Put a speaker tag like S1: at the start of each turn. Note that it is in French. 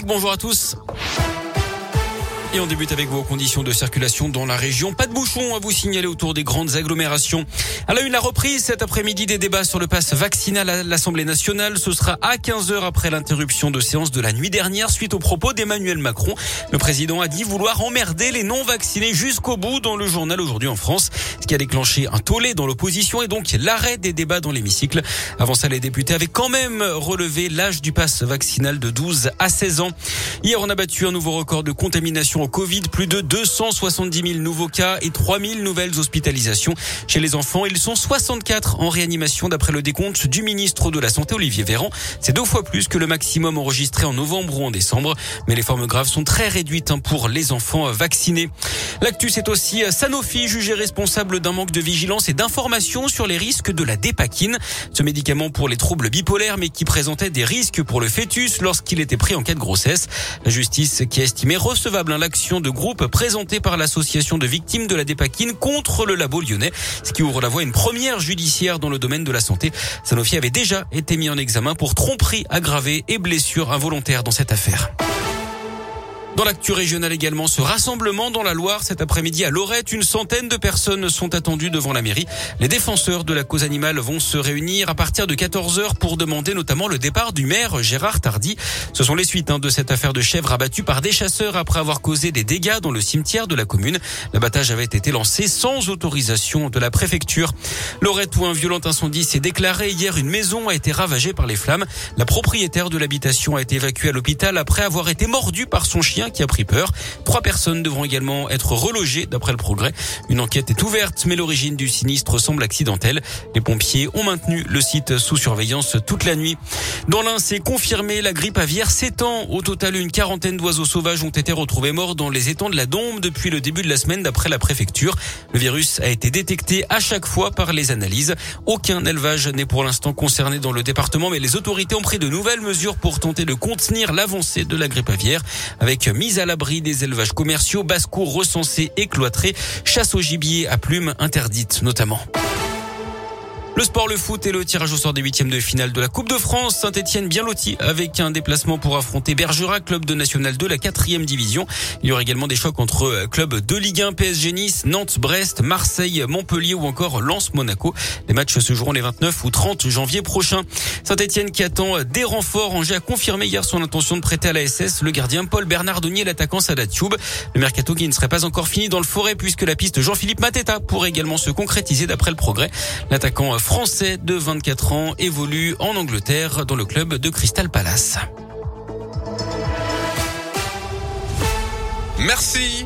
S1: Loïc, bonjour à tous. Et on débute avec vos conditions de circulation dans la région. Pas de bouchons à vous signaler autour des grandes agglomérations. À la une, la reprise cet après-midi des débats sur le pass vaccinal à l'Assemblée nationale. Ce sera à 15h après l'interruption de séance de la nuit dernière suite aux propos d'Emmanuel Macron. Le président a dit vouloir emmerder les non-vaccinés jusqu'au bout dans le journal Aujourd'hui en France. Ce qui a déclenché un tollé dans l'opposition et donc l'arrêt des débats dans l'hémicycle. Avant ça, les députés avaient quand même relevé l'âge du pass vaccinal de 12 à 16 ans. Hier, on a battu un nouveau record de contamination au Covid, plus de 270 000 nouveaux cas et 3 000 nouvelles hospitalisations. Chez les enfants, ils sont 64 en réanimation d'après le décompte du ministre de la Santé, Olivier Véran. C'est 2 fois plus que le maximum enregistré en novembre ou en décembre. Mais les formes graves sont très réduites pour les enfants vaccinés. L'actu, c'est aussi Sanofi, jugé responsable d'un manque de vigilance et d'information sur les risques de la dépakine. Ce médicament pour les troubles bipolaires, mais qui présentait des risques pour le fœtus lorsqu'il était pris en cas de grossesse. La justice qui a estimé recevable l'action de groupe présentée par l'association de victimes de la dépakine contre le labo lyonnais, ce qui ouvre la voie à une première judiciaire dans le domaine de la santé. Sanofi avait déjà été mis en examen pour tromperie aggravée et blessure involontaire dans cette affaire. Dans l'actu régionale également, ce rassemblement dans la Loire cet après-midi à Lorette. Une centaine de personnes sont attendues devant la mairie. Les défenseurs de la cause animale vont se réunir à partir de 14h pour demander notamment le départ du maire Gérard Tardy. Ce sont les suites de cette affaire de chèvres abattues par des chasseurs après avoir causé des dégâts dans le cimetière de la commune. L'abattage avait été lancé sans autorisation de la préfecture. Lorette, où un violent incendie s'est déclaré hier, une maison a été ravagée par les flammes. La propriétaire de l'habitation a été évacuée à l'hôpital après avoir été mordue par son chien qui a pris peur. 3 personnes devront également être relogées d'après le Progrès. Une enquête est ouverte, mais l'origine du sinistre semble accidentelle. Les pompiers ont maintenu le site sous surveillance toute la nuit. Dans l'Ain, c'est confirmé, la grippe aviaire s'étend. Au total, une quarantaine d'oiseaux sauvages ont été retrouvés morts dans les étangs de la Dombe depuis le début de la semaine d'après la préfecture. Le virus a été détecté à chaque fois par les analyses. Aucun élevage n'est pour l'instant concerné dans le département, mais les autorités ont pris de nouvelles mesures pour tenter de contenir l'avancée de la grippe aviaire, avec mise à l'abri des élevages commerciaux, basse-cour recensés et cloîtrés, chasse au gibier à plumes interdite notamment. Le sport, le foot et le tirage au sort des 8e de finale de la Coupe de France. Saint-Etienne bien loti avec un déplacement pour affronter Bergerac, club de National 2, la 4e division. Il y aura également des chocs entre clubs de Ligue 1, PSG Nice, Nantes, Brest, Marseille, Montpellier ou encore Lens, Monaco. Les matchs se joueront les 29 ou 30 janvier prochains. Saint-Etienne qui attend des renforts. Angers a confirmé hier son intention de prêter à la SS le gardien Paul Bernardoni et l'attaquant Sadat Thioub. Le mercato qui ne serait pas encore fini dans le Forêt puisque la piste Jean-Philippe Mateta pourrait également se concrétiser d'après le Progrès. L'attaquant français de 24 ans évolue en Angleterre dans le club de Crystal Palace.
S2: Merci.